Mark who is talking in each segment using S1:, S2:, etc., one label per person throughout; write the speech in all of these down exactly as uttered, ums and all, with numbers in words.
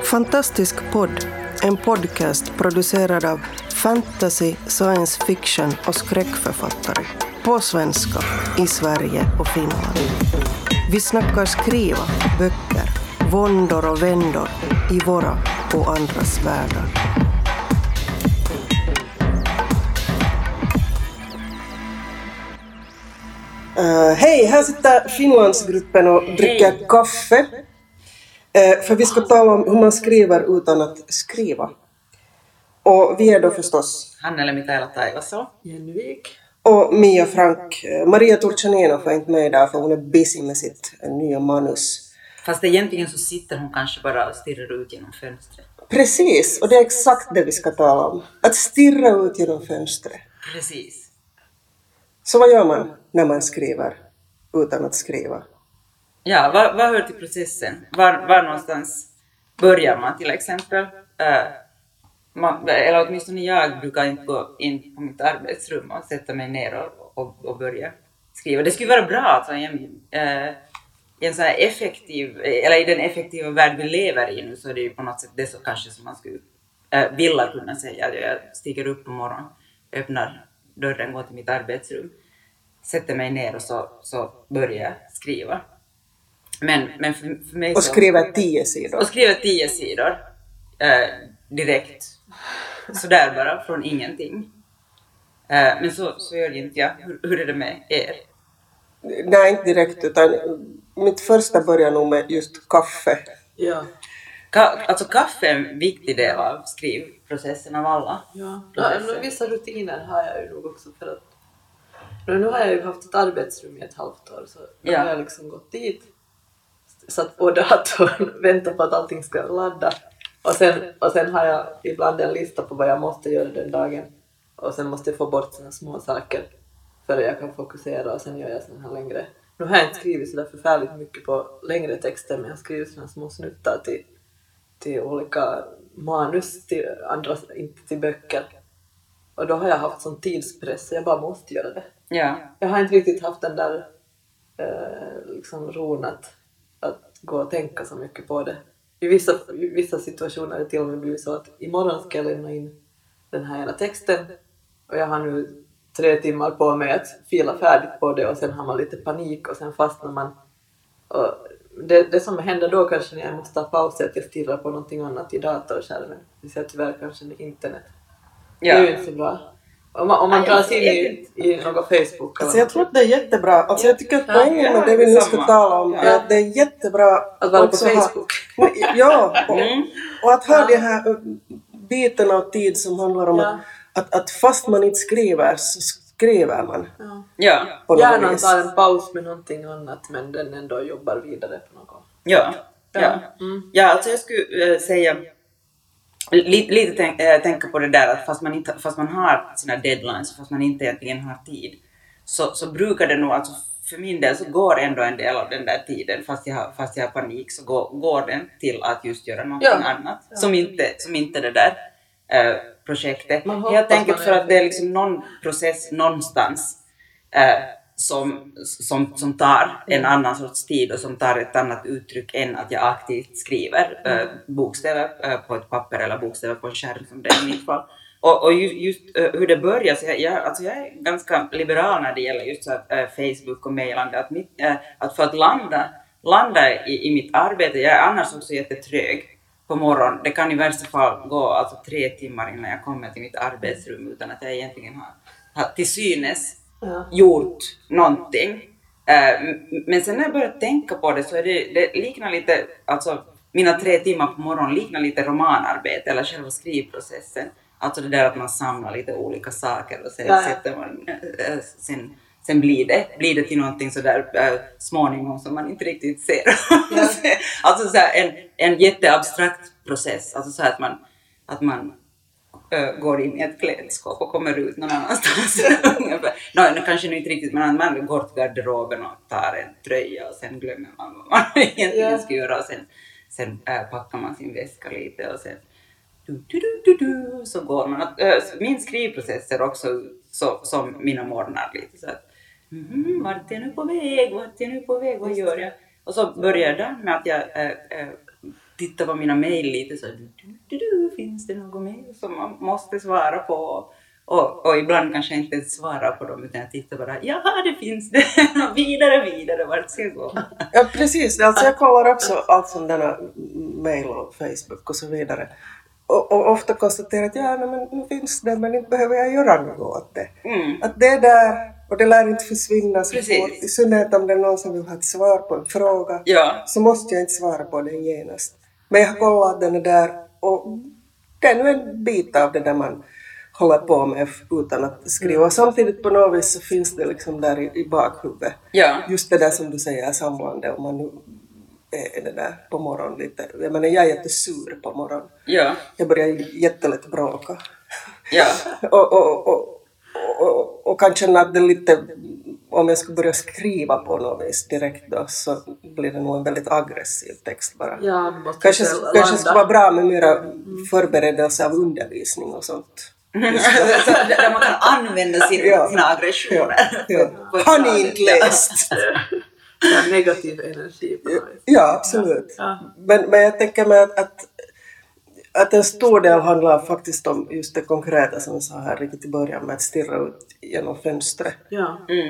S1: Fantastisk podd, en podcast producerad av fantasy, science fiction och skräckförfattare. På svenska, i Sverige och Finland. Vi snackar skriva, böcker, våndor och vändor i våra och andras världar. Uh, hej, här sitter Finlandsgruppen och dricker hey. kaffe. Uh, för vi ska tala om hur man skriver utan att skriva. Och vi är då förstås
S2: Hannele Mikaela Taivaso,
S3: Jenny Wik
S1: och Mia Frank. Uh, Maria Turchaninov får inte med idag för hon är busy med sitt uh, nya manus.
S2: Fast egentligen så sitter hon kanske bara och stirrar ut genom fönstret.
S1: Precis, och det är exakt det vi ska tala om. Att stirra ut genom fönstret.
S2: Precis.
S1: Så vad gör man när man skriver utan att skriva?
S2: Ja, vad, vad hör till processen? Var, var någonstans börjar man till exempel? Uh, man, eller åtminstone jag brukar inte gå in på mitt arbetsrum och sätta mig ner och, och, och börja skriva. Det skulle vara bra alltså, i en, uh, i en så här effektiv, eller i den effektiva värld vi lever i nu, så är det ju på något sätt det så kanske som man skulle uh, vilja kunna säga. Jag stiger upp på morgonen, öppnar dörren, går till mitt arbetsrum, sätter mig ner och så, så börjar jag skriva. Men, men för, för mig
S1: och
S2: så,
S1: skriver tio sidor.
S2: Och skriver tio sidor eh, direkt. Sådär bara, från ingenting. Eh, men så, så gör inte jag. Hur, hur är det med er?
S1: Nej, inte direkt, utan mitt första börjar nog med just kaffe.
S3: Ja.
S2: Ka- alltså kaffe är en viktig del av skrivprocessen av alla.
S3: Ja, ja vissa rutiner har jag ju nog också för att nu har jag ju haft ett arbetsrum i ett halvt år, så nu
S2: ja.
S3: har jag liksom gått dit, satt på datorn, väntat på att allting ska ladda och sen, och sen har jag ibland en lista på vad jag måste göra den dagen och sen måste jag få bort såna små saker för att jag kan fokusera och sen gör jag såna här längre. Nu har jag inte skrivit så där förfärligt mycket på längre texter, men jag har skrivit såna små snuttar till, till olika manus, till andra, inte till böcker. Och då har jag haft sån tidspress så jag bara måste göra det.
S2: Ja.
S3: Jag har inte riktigt haft den där eh, liksom ron att, att gå och tänka så mycket på det. I vissa, i vissa situationer är det till och med blivit så att imorgon ska jag lämna in den här ena texten. Och jag har nu tre timmar på mig att fila färdigt på det och sen har man lite panik och sen fastnar man. Och det, det som händer då kanske när jag måste ta paus är att jag stirrar på någonting annat i datorskärmen. Det ser tyvärr kanske med internet. Ja. Det är ju inte så bra. Om man, om man drar sig in i, i någon Facebook.
S1: Alltså jag tror att det är jättebra. Alltså jag tycker att poängen med det vi nu ska tala om är att det är jättebra
S3: att vara på Facebook.
S1: Ha, ja, och, och att ha de här biten av tid som handlar om ja. att, att, att fast man inte skriver så skriver man.
S3: Ja.
S2: Ja.
S3: Gärna tar en paus med någonting annat men den ändå jobbar vidare på något.
S2: Ja, ja. Ja, mm. ja alltså jag skulle äh, säga Lite, lite tänk, äh, tänka på det där att fast man, inte, fast man har sina deadlines, fast man inte egentligen har tid, så, så brukar det nog, alltså för min del så går ändå en del av den där tiden, fast jag har, fast jag har panik, så går, går den till att just göra någonting ja. annat ja. Som, inte, som inte det där äh, projektet. Jag tänker för att det är liksom någon process någonstans äh, som, som, som tar en mm. annan sorts tid och som tar ett annat uttryck än att jag aktivt skriver mm. äh, bokstäver äh, på ett papper eller bokstäver på en skärm som det är i mitt fall. Och, och just, just äh, hur det börjar, så jag, jag, alltså jag är ganska liberal när det gäller just så att, äh, Facebook och mejlande. Att, mitt, äh, att för att landa, landa i, i mitt arbete, jag är annars också jättetrög på morgonen. Det kan i värsta fall gå alltså tre timmar innan jag kommer till mitt arbetsrum utan att jag egentligen har, har till synes ja. gjort någonting. Uh, men sen när jag börjar tänka på det så är det, det liknar lite, alltså mina tre timmar på morgonen liknar lite romanarbete eller själva skrivprocessen. Alltså det där att man samlar lite olika saker och sen ja. sätter man, uh, sen, sen blir det, blir det till någonting sådär uh, småningom som man inte riktigt ser. Ja. Alltså så här, en, en jätteabstrakt process, alltså så här att man, att man Uh, går in i ett klädskåp och kommer ut någon annanstans. no, kanske inte riktigt, men man går till garderoben och tar en tröja och sen glömmer man vad man egentligen yeah. ska göra och sen, sen uh, packar man sin väska lite och sen du, du, du, du, du, så går man. Att, uh, min skrivprocess är också så, som mina morgnar lite så att mm, vart är jag nu på väg, vart är jag nu på väg, vad gör jag? Och så börjar det med att jag uh, uh, titta på mina mejl lite så du, du, du, finns det något mejl som man måste svara på? Och, och ibland kanske jag inte svara på dem utan jag tittar bara, ja det finns det, vidare, vidare, vart ska jag gå?
S1: Ja precis, alltså jag kollar också allt som denna mail och Facebook och så vidare. Och, och ofta konstaterar att ja, nej, men nu finns det men inte behöver jag göra något åt det.
S2: Mm.
S1: Att det är där och det lär inte försvinna så
S2: Precis.
S1: fort. I synnerhet om det är någon som vill ha ett svar på en fråga
S2: Ja.
S1: så måste jag inte svara på den genast. Men jag har kollat att den är där och det är nu en bit av det där man håller på med utan att skriva. Mm. Samtidigt på något vis så finns det liksom där i, i bakhuvudet.
S2: Ja.
S1: Just det där som du säger samlande om man nu är det där på morgonen lite. Jag menar jag är jättesur på morgonen.
S2: Ja.
S1: Jag börjar jättelätt bråka.
S2: Ja.
S1: och, och, och, och, och kanske när det lite, om jag skulle börja skriva på något vis direkt då så blir det nog en väldigt aggressiv text bara.
S3: Ja, du måste
S1: kanske
S3: själv
S1: kanske
S3: landa.
S1: skulle vara bra med mera förberedelse av undervisning och sånt.
S2: Så där man kan använda sin,
S1: Ja.
S2: sina aggressioner.
S1: Ja.
S2: På ett
S1: Har
S2: bra
S1: ni
S2: sätt.
S1: inte läst?
S3: Ja, negativ energi på något vis.
S1: Ja, absolut.
S3: Ja.
S1: Men, men jag tänker mig att, att, att en stor del handlar faktiskt om just det konkreta som jag sa här riktigt i början med att stirra ut genom fönstret.
S3: Ja.
S2: Mm.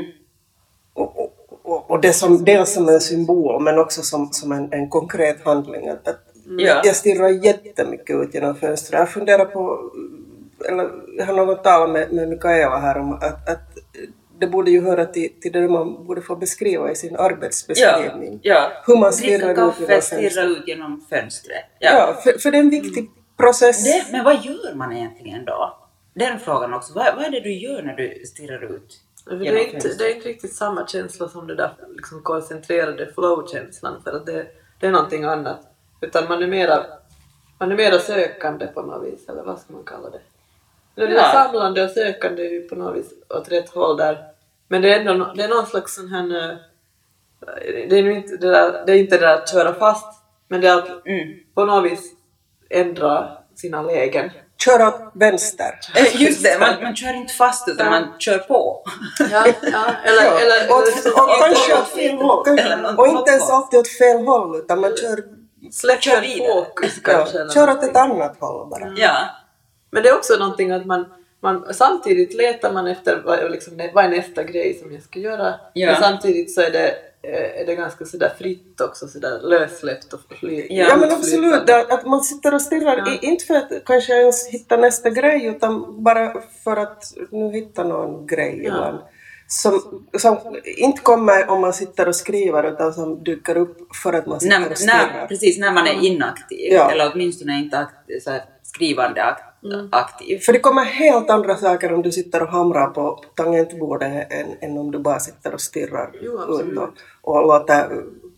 S1: Och, och, och, och det som dels som en symbol men också som, som en, en konkret handling. Att, att
S2: Ja.
S1: jag stirrar jättemycket ut genom fönstret. Jag funderar på, eller jag har något talat med, med Mikaela här om att, att det borde ju höra till, till det man borde få beskriva i sin arbetsbeskrivning.
S2: Ja, ja.
S1: Hur man
S2: Dricka
S1: stirrar ut
S2: kaffe,
S1: genom
S2: stirra
S1: fönstret.
S2: ut genom fönstret.
S1: Ja,
S2: Ja.
S1: för, för det är en viktig process.
S2: Det, men vad gör man egentligen då? Den frågan också. Vad, vad är det du gör när du stirrar ut?
S3: Men Det
S2: genom
S3: är, inte,
S2: fönstret?
S3: det är inte riktigt samma känsla som det där liksom koncentrerade flow-känslan för att det, det är någonting annat. Utan man är mera, man är mera sökande på något vis, eller vad ska man kalla det? Det är
S2: Ja.
S3: samlande och sökande är ju på något vis åt rätt håll där. Men det är ändå no- det är någon slags sån här, eh, det är, nu inte det, där, det är inte det där att köra fast, men det är att
S2: Mm.
S3: på något vis ändra sina lägen.
S1: Köra åt vänster.
S2: Eh, Just det, man, man kör inte fast utan man kör på.
S3: Ja, ja, eller,
S1: Ja,
S3: eller,
S1: och,
S3: eller,
S1: och kanske åt fel håll.
S2: Eller något-
S1: Och inte ens
S2: något
S1: alltid åt fel håll utan man kör,
S3: släpper
S2: Kör vidare.
S3: fokus
S1: ja,
S3: kanske. eller
S1: kör åt
S3: någonting.
S1: ett annat håll bara.
S2: Ja.
S3: Men det är också någonting att man, man samtidigt letar man efter vad, liksom, vad är nästa grej som jag ska göra.
S2: Ja.
S3: Men samtidigt så är det, eh, är det ganska sådär fritt också, sådär lössläppt och fly,
S2: Ja,
S1: Ja men
S3: utflytande.
S1: absolut, det- att man sitter och stirrar,
S3: Ja.
S1: i- inte för att kanske ens hitta nästa grej utan bara för att nu hitta någon grej
S3: Ja.
S1: ibland. Som, som inte kommer om man sitter och skriver utan som dyker upp för att man sitter
S2: När,
S1: och
S2: när,
S1: stirrar.
S2: precis, när man är inaktiv.
S1: Ja.
S2: Eller åtminstone inte aktiv, så här, skrivande akt,
S3: Mm.
S2: aktiv.
S1: För det kommer helt andra saker om du sitter och hamrar på tangentbordet än, än om du bara sitter och stirrar
S3: Jo, absolut.
S1: ut och, och låter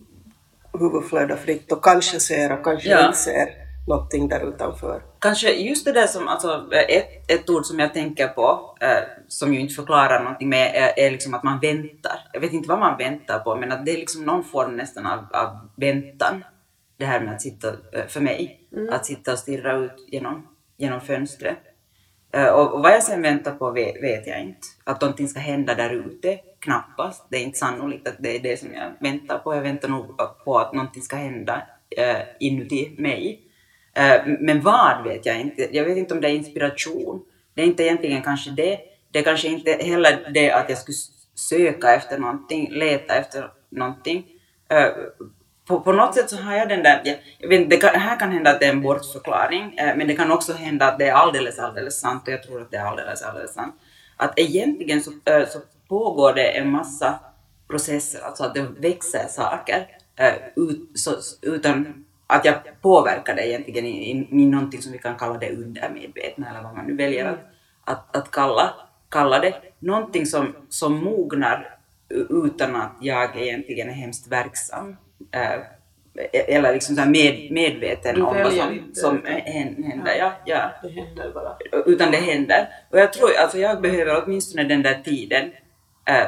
S1: huvudet flöda fritt och kanske ser och kanske
S2: Ja.
S1: inte ser någonting där utanför.
S2: Kanske just det där som, alltså ett, ett ord som jag tänker på, eh, som ju inte förklarar någonting med, är, är liksom att man väntar. Jag vet inte vad man väntar på, men att det är liksom någon form nästan av, av väntan. Det här med att sitta, eh, för mig, att sitta och stirra ut genom, genom fönstret. Eh, och, och vad jag sen väntar på vet, vet jag inte. Att någonting ska hända där ute, knappast. Det är inte sannolikt att det är det som jag väntar på. Jag väntar nog på att någonting ska hända eh, inuti mig. Eh, Men vad vet jag inte. Jag vet inte om det är inspiration. Det är inte egentligen kanske det. Det är kanske inte heller det att jag skulle söka efter någonting, leta efter någonting. Eh, På, på något sätt så har jag den där, jag, jag vet inte, det kan, här kan hända att det är en bortförklaring, eh, men det kan också hända att det är alldeles, alldeles sant, och jag tror att det är alldeles, alldeles sant. Att egentligen så, eh, så pågår det en massa processer, alltså att det växer saker eh, ut, så, utan att jag påverkar det egentligen i, i, i någonting som vi kan kalla det undermedvetna, eller vad man nu väljer att, att, att kalla, kalla det. Någonting som, som mognar utan att jag egentligen är hemskt verksam. Eh, eller liksom så här med, medveten
S3: Du
S2: om vad
S3: väljer
S2: som,
S3: inte.
S2: som händer. Ja, ja.
S3: Det händer bara.
S2: Utan det händer. Och jag tror, alltså jag behöver åtminstone den där tiden eh,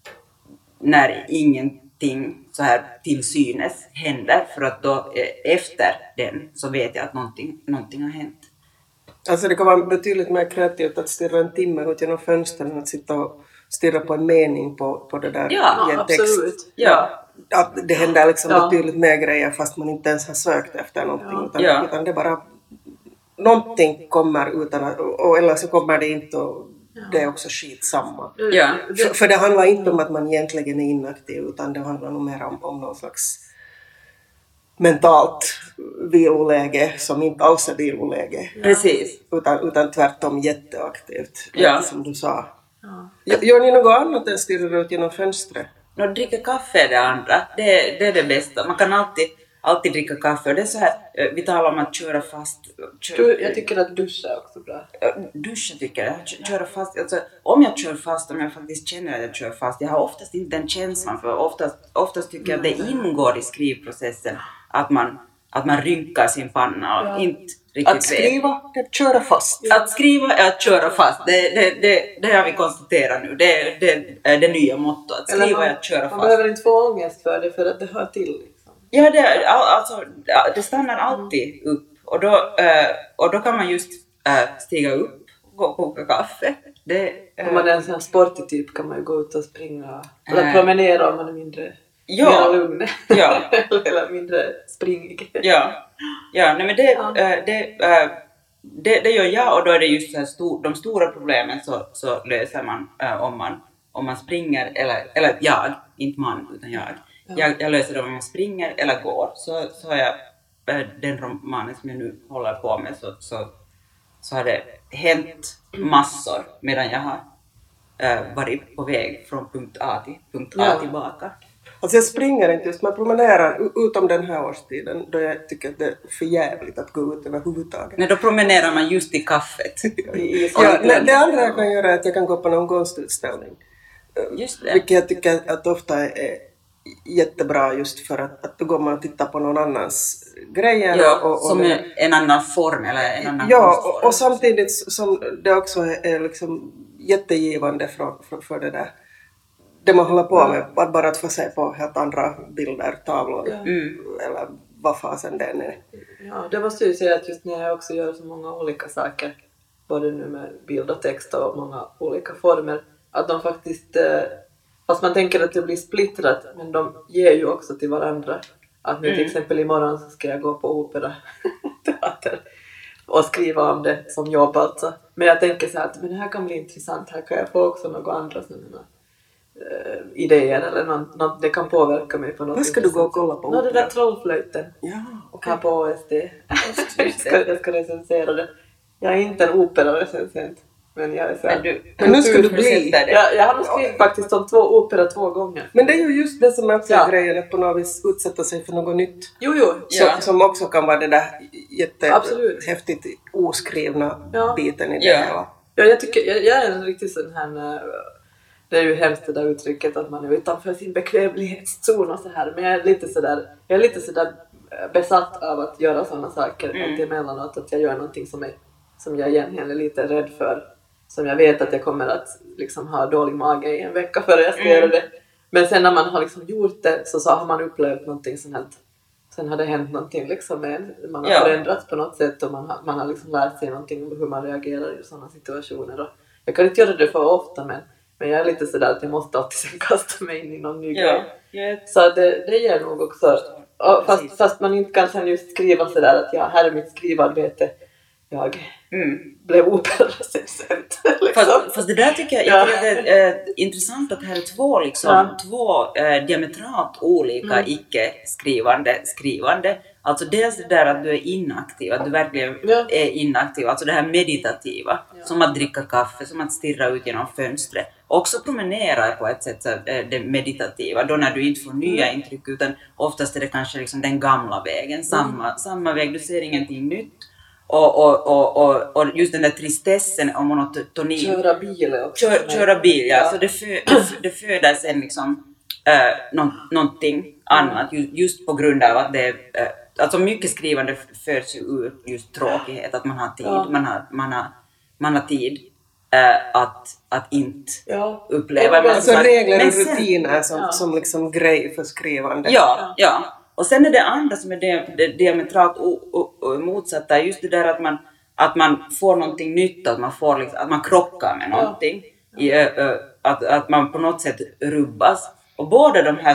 S2: när ingenting så här till synes händer. För att då eh, efter den så vet jag att någonting, någonting har hänt.
S1: Alltså det kan vara betydligt mer kreativt att stirra en timme ut genom fönstren än att sitta och stirra på en mening på, på det där
S2: Ja,
S1: i en text.
S3: Absolut.
S2: Ja.
S1: att det händer liksom
S3: Ja.
S1: betydligt mer grejer fast man inte ens har sökt efter någonting.
S3: Ja.
S1: Utan,
S2: Ja.
S1: utan det bara någonting kommer utan att, och, eller så kommer det inte och det är också skitsamma.
S2: Ja.
S1: För, för det handlar inte om att man egentligen är inaktiv utan det handlar nog mer om, om någon slags mentalt viloläge som inte alls är viloläge.
S2: Precis.
S1: Utan, utan tvärtom jätteaktivt,
S2: Ja.
S1: som du sa.
S3: Ja.
S1: Gör- Gör ni något annat än stirrar ut genom fönstret?
S2: Nå, dricka kaffe är det andra. Det, det är det bästa. Man kan alltid, alltid dricka kaffe. Och det är så här, eh, vi talar om att köra fast. Kö,
S3: Du, jag tycker att duscha är också bra.
S2: Duscha tycker jag. Kö- Köra fast. Alltså, om jag kör fast, om jag faktiskt känner att jag kör fast. Jag har oftast inte den känslan. För oftast, oftast tycker jag att det ingår i skrivprocessen att man, att man rynkar sin panna och
S3: Ja.
S2: inte riktigt
S1: Att skriva, det köra fast.
S2: vet. Att skriva är att köra fast. Det, det, det, det har vi konstaterat nu. Det, det är det nya mottot. Att
S3: Eller
S2: skriva
S3: man,
S2: är att köra
S3: man
S2: fast.
S3: behöver inte få ångest för det för att det hör till. Liksom.
S2: Ja, det, alltså, det stannar alltid upp och då, eh, och då kan man just eh, stiga upp och gå och koka kaffe. Det, eh,
S3: Om man är en sån här sportig typ kan man ju gå ut och springa eller
S2: Äh.
S3: promenera om man är mindre,
S2: Ja.
S3: mer lugn
S2: Ja.
S3: eller mindre springig.
S2: ja, ja nej, men det,
S3: Ja.
S2: eh, det, eh, det, det gör jag och då är det just så här stor, de stora problemen så, så löser man, eh, om man om man springer eller, eller jag, inte man utan jag.
S3: Ja.
S2: Jag, jag löser det om jag springer eller går. Så, så har jag eh, den romanen som jag nu håller på med så, så, så har det hänt massor medan jag har eh, varit på väg från punkt A till punkt A
S3: Ja.
S2: tillbaka.
S1: Alltså jag springer inte just, man promenerar u- utom den här årstiden då jag tycker att det är för jävligt att gå ut överhuvudtaget.
S2: Nej, då promenerar man just i kaffet.
S3: I, i
S1: Ja, det, det andra jag kan göra är att jag kan gå på någon konstutställning.
S2: Just det.
S1: Vilket jag tycker att ofta är jättebra just för att, att då går man och tittar på någon annans grejer.
S2: Ja,
S1: och, och
S2: som
S1: det-
S2: är en annan form eller en annan
S1: Ja,
S2: konstform.
S1: och, och samtidigt som det också är, är liksom jättegivande för, för, för det där. Det man håller på med, att bara att få se på helt andra bilder, tavlor
S3: Ja.
S2: Mm.
S1: eller vad fasen det än är.
S3: Ja, det måste ju säga att just när jag också gör så många olika saker, både nu med bild och text och många olika former, att de faktiskt, eh, fast man tänker att det blir splittrat, men de ger ju också till varandra. Att nu till
S2: Mm.
S3: exempel imorgon så ska jag gå på opera teater och skriva om det som jobb alltså. Men jag tänker så här att men det här kan bli intressant, här kan jag få också några andra sådana eh, idéer eller något, något, det kan påverka mig på något
S1: Vad ska du gå och
S3: intressant
S1: kolla på
S3: sätt. Nå, det
S1: opera?
S3: där Trollflöjten.
S1: Ja, okej.
S3: Här på O S D. jag, ska, jag ska recensera det. Jag är inte en operarecensent. Men jag är så här-
S2: Men du,
S1: Men nu ska du bli.
S2: kulturprocessar det.
S3: jag, jag har nog skrivit faktiskt om två opera två gånger.
S1: Men det är ju just det som också är
S3: Ja.
S1: grejen, att på något vis utsätta sig för något nytt.
S3: Jo, jo.
S1: Så,
S2: Ja.
S1: Som också kan vara det där
S3: Absolut.
S1: jättehäftigt oskrivna
S3: Ja.
S1: biten i det
S2: Ja.
S1: hela.
S3: Ja, jag, tycker, jag, jag är en riktigt sån här... eh, Det är ju hemskt det där uttrycket att man är utanför sin bekvämlighetszon och så här. Men jag är lite sådär, jag är lite sådär besatt av att göra sådana saker.
S2: Mm.
S3: Att emellanåt att jag gör någonting som, är, som jag egentligen är lite rädd för. Som jag vet att jag kommer att liksom ha dålig mage i en vecka före jag ska
S2: Mm.
S3: göra det. Men sen när man har liksom gjort det så, så har man upplevt någonting sånt här. Sen har det hänt någonting liksom med, man har
S2: Ja.
S3: förändrats på något sätt och man har, man har liksom lärt sig någonting om hur man reagerar i sådana situationer. Och jag kan inte göra det för ofta men, men jag är lite sådär att jag måste alltid sen kasta mig in i någon ny
S2: Ja.
S3: grej.
S2: Ja.
S3: Så det, det ger nog också, och fast, fast man inte kan sen just skriva sådär att ja, här är mitt skrivarbete, jag
S2: Mm.
S3: blev operarecensent. Liksom.
S2: Fast, fast det där tycker jag,
S3: Ja.
S2: jag tycker att det är eh, intressant att det här är två, liksom,
S3: Ja.
S2: två eh, diametralt olika
S3: Mm.
S2: icke-skrivande skrivande. Alltså dels det där att du är inaktiv, att du verkligen
S3: Ja.
S2: är inaktiv, alltså det här meditativa,
S3: Ja.
S2: som att dricka kaffe, som att stirra ut genom fönstret. Också promenera är på ett sätt så, eh, det meditativa, då när du inte får nya
S3: Mm.
S2: intryck, utan oftast är det kanske liksom den gamla vägen, samma, samma väg, du ser ingenting nytt. Och, och, och, och, och just den där tristessen och monotonin.
S3: Köra bil är också.
S2: Kör, köra bil, ja.
S3: Ja.
S2: Så det, fö, det, f- det föder sen liksom äh, nå, någonting annat ju, just på grund av att det är, äh, alltså mycket skrivande f- föds ju ur just tråkighet, att man har tid,
S3: Ja.
S2: man, har, man, har, man har tid äh, att, att inte
S3: Ja.
S2: uppleva en
S3: Ja,
S2: massa
S1: Alltså
S2: saker.
S1: regler
S2: Men
S1: och
S2: sen-
S1: rutiner som,
S3: Ja.
S1: som liksom grej för skrivande.
S2: Ja, ja. Och sen är det andra som är di- di- diametralt o- o- o- motsatta, just det där att man, att man får någonting nytt, att man, får liksom, att man krockar med någonting, I, ö, ö, att, att man på något sätt rubbas. Och båda de här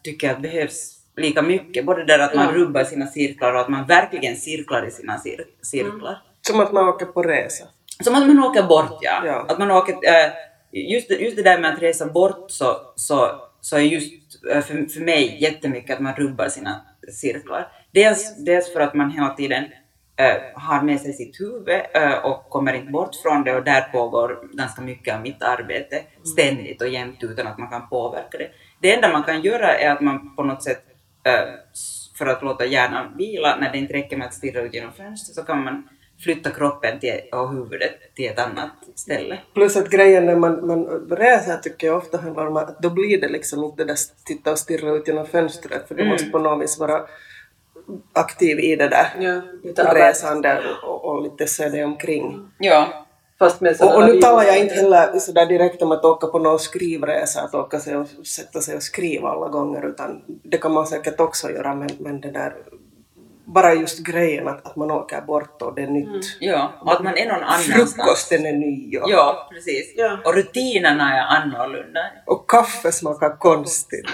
S2: tycker jag behövs lika mycket. Både där att man
S3: Ja.
S2: rubbar sina cirklar och att man verkligen cirklar i sina cir- cirklar. Mm.
S1: Som att man åker på resa.
S2: Som att man åker bort, ja.
S1: Ja.
S2: Att man åker, äh, just, just det där med att resa bort så, så, så är just äh, för, för mig jättemycket att man rubbar sina cirklar. Dels, dels för att man hela tiden äh, har med sig sitt huvud äh, och kommer inte bort från det, och där pågår ganska mycket av mitt arbete ständigt och jämt utan att man kan påverka det. Det enda man kan göra är att man på något sätt, äh, för att låta hjärnan vila, när det inte räcker med att stirra ut genom fönstret, så kan man flytta kroppen till, och huvudet till ett annat ställe.
S1: Plus att grejen när man, man reser tycker jag ofta handlar om att då blir det liksom inte det där titta och stirra ut genom fönstret, för du mm. måste på något vis vara aktiv i det där
S3: Ja,
S1: resande och, och lite se det omkring.
S2: Ja.
S3: Fast med
S1: och, och nu talar jag inte heller så där direkt om att åka på någon skrivresa, att åka sig och sätta sig och skriva alla gånger, utan det kan man säkert också göra, men, men det där bara just grejen att, att man åker bort och det är nytt. Mm.
S2: Ja, och att man är någon annanstans.
S1: Frukosten är ny. Och,
S2: ja, precis.
S3: Ja.
S2: Och rutinerna är annorlunda.
S1: Och kaffe smakar konstigt.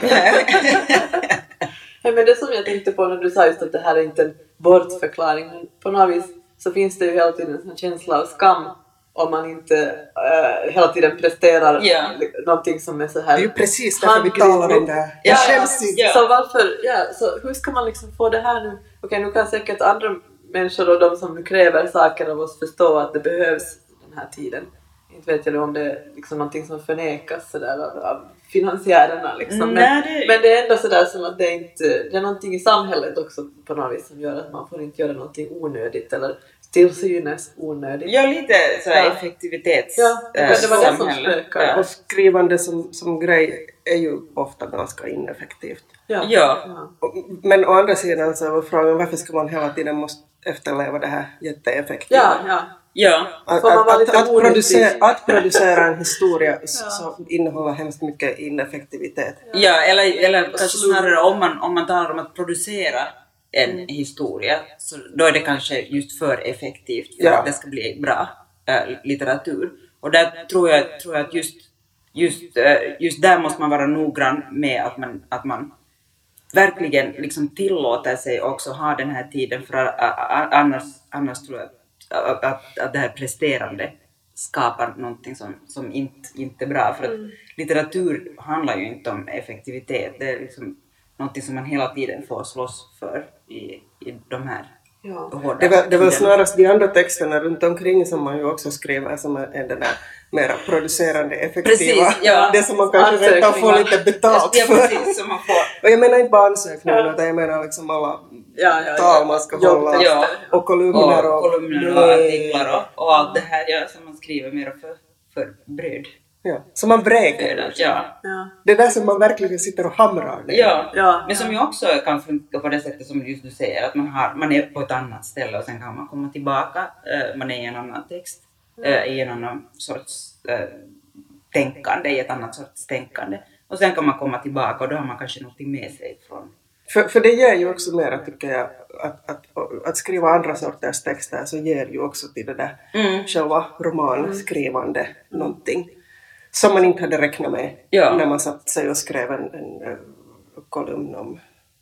S3: Ja, men det som jag tänkte på när du sa just att det här är inte en bortförklaring, men på något vis så finns det ju hela tiden en känsla av skam om man inte äh, hela tiden presterar
S2: yeah.
S3: någonting som är så här.
S1: Det är ju precis därför vi talar om det här.
S3: Ja,
S1: ja,
S3: ja. Så varför, ja, så hur ska man liksom få det här nu? Okej, nu kan säkert andra människor och de som kräver saker av oss förstå att det behövs den här tiden. Inte vet jag om det är liksom någonting som förnekas sådär av, av finansiärerna liksom. Men,
S2: Nej, det...
S3: men det är ändå sådär som att det är inte, det är någonting i samhället också på något vis som gör att man får inte göra någonting onödigt eller till synes onödigt.
S2: Ja, lite så ja. effektivitets
S3: ja, det,
S2: äh,
S3: det var det som
S2: spökade.
S1: Ja. Och skrivande som, som grej är ju ofta ganska ineffektivt.
S2: Ja. Ja.
S1: Och, men å andra sidan så var frågan, varför ska man hela tiden måste efterleva det här jätteeffektiva?
S3: Ja, ja.
S2: Ja.
S1: Att, att, att, att, producera, att producera en historia ja. så innehåller hemskt mycket ineffektivitet.
S2: Ja, eller, eller kanske snarare om man, om man talar om att producera en mm. historia, så då är det kanske just för effektivt för ja. att det ska bli bra äh, litteratur. Och där tror jag, tror jag att just, just, äh, just där måste man vara noggrann med att man, att man verkligen liksom tillåter sig också ha den här tiden, för att, äh, annars, annars tror jag att, att, att det här presterande skapar någonting som, som inte, inte är bra. För att mm. litteratur handlar ju inte om effektivitet. Det är liksom någonting som man hela tiden får slåss för i, i de här
S3: ja.
S1: hårda det var, det var snarast de andra texterna runt omkring som man ju också skriver som är den där mera producerande, effektiva.
S2: Precis, ja.
S1: Det som man kanske rätt att få lite betalt
S2: ja,
S1: för.
S2: Precis, som man får.
S1: Och jag menar inte bara ansökningar, utan jag menar liksom alla
S3: ja, ja,
S1: tal man ska
S2: ja.
S1: hålla
S2: Ja.
S1: och kolumner och,
S2: och, kolumner och artiklar och, och allt det här ja, som man skriver mer för, för bröd.
S1: Ja, som man vräker.
S2: Ja.
S3: Ja.
S1: Det är där som man verkligen sitter och hamrar. Det.
S2: Ja.
S3: Ja.
S2: Men som ju också kan funka på det sättet som just du säger, att man, har, man är på ett annat ställe och sen kan man komma tillbaka, uh, man är i en annan text, uh, i en annan sorts uh, tänkande, i ett annat sorts tänkande. Och sen kan man komma tillbaka och då har man kanske något med sig från.
S1: För, för det ger ju också mer, tycker jag, att, att, att skriva andra sorters texter så ger ju också till det där mm. själva romanskrivande mm. någonting. Som man inte hade räknat med ja. när man satt sig och skrev en, en, en kolumn om,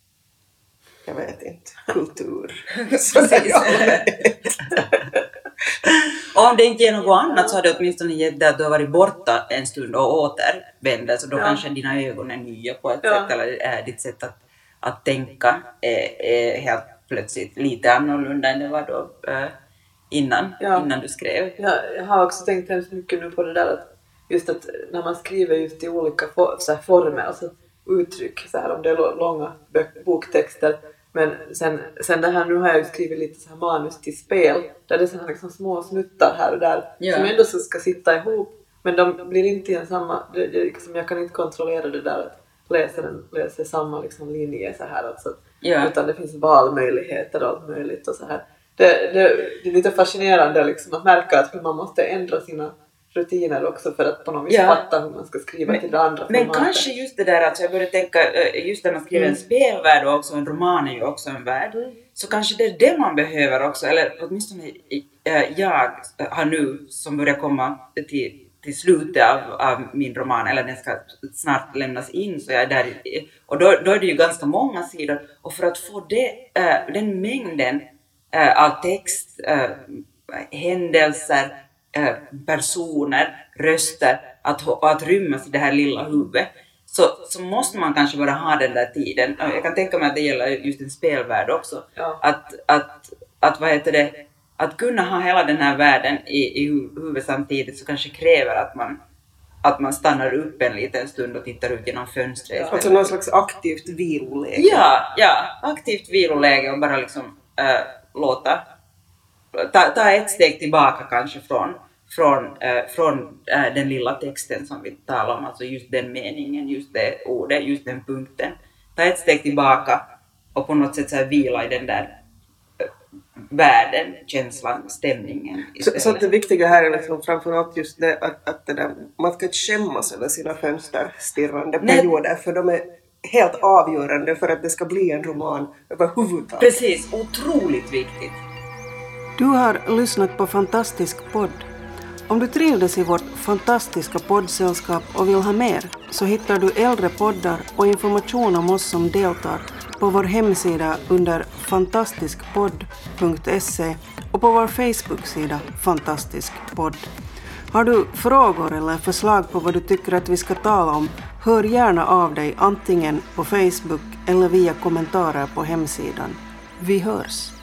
S1: jag vet inte, kultur.
S2: Precis. Och om det inte ger något annat så har det åtminstone gett det att du har varit borta en stund och återvänder. Så då ja. kanske dina ögon är nya på ett ja. sätt, eller är ditt sätt att, att tänka är, är helt plötsligt lite annorlunda än det var då äh, innan, ja. innan du skrev.
S3: Ja, jag har också tänkt hemskt mycket nu på det där att just att när man skriver just i olika for, så här former, alltså uttryck, så här, om det är långa bök, boktexter, men sen, sen det här, nu har jag ju skrivit lite så här manus till spel, där det är så här liksom små snuttar här och där, yeah. som ändå så ska sitta ihop, men de blir inte i en samma, det, det, liksom, jag kan inte kontrollera det där att läsaren läser samma liksom, linje så här, alltså, yeah. utan det finns valmöjligheter och allt möjligt och så här. Det, det, det är lite fascinerande liksom, att märka att hur man måste ändra sina rutiner också för att på något vis ja. fatta hur man ska skriva men, till det andra
S2: men formatet. Kanske just det där, alltså jag började tänka, just när man skriver mm. en spelvärld och också en roman är ju också en värld, mm. så kanske det är det man behöver också, eller åtminstone jag har nu som börjar komma till till slutet av, av min roman, eller den ska snart lämnas in, så jag är där, och då, då är det ju ganska många sidor, och för att få det, äh, den mängden äh, av text, äh, händelser, äh, personer, röster att, att rymmas i det här lilla huvudet, så, så måste man kanske bara ha den där tiden. Jag kan tänka mig att det gäller just en spelvärld också,
S3: Ja.
S2: att, att, att vad heter det, att kunna ha hela den här världen i, i huvudet samtidigt, så kanske kräver att man, att man stannar upp en liten stund och tittar ut genom fönstret.
S1: Ja. Alltså någon slags aktivt viloläge.
S2: Ja, ja, aktivt viloläge och bara liksom äh, låta, ta, ta ett steg tillbaka kanske från, från, äh, från äh, den lilla texten som vi talar om, alltså just den meningen, just det ordet, just den punkten. Ta ett steg tillbaka och på något sätt så här vila i den där världen, känslan, stämningen.
S1: Så, så att det viktiga här är liksom framförallt just det att, att det där, man ska inte skämmas över sina fönsterstirrande perioder, för de är helt avgörande för att det ska bli en roman överhuvudtaget.
S2: Precis, otroligt viktigt.
S1: Du har lyssnat på Fantastisk podd. Om du trivdes i vårt fantastiska poddsällskap och vill ha mer, så hittar du äldre poddar och information om oss som deltar på vår hemsida under fantastiskpodd punkt se och på vår Facebook-sida Fantastisk podd. Har du frågor eller förslag på vad du tycker att vi ska tala om, hör gärna av dig antingen på Facebook eller via kommentarer på hemsidan. Vi hörs!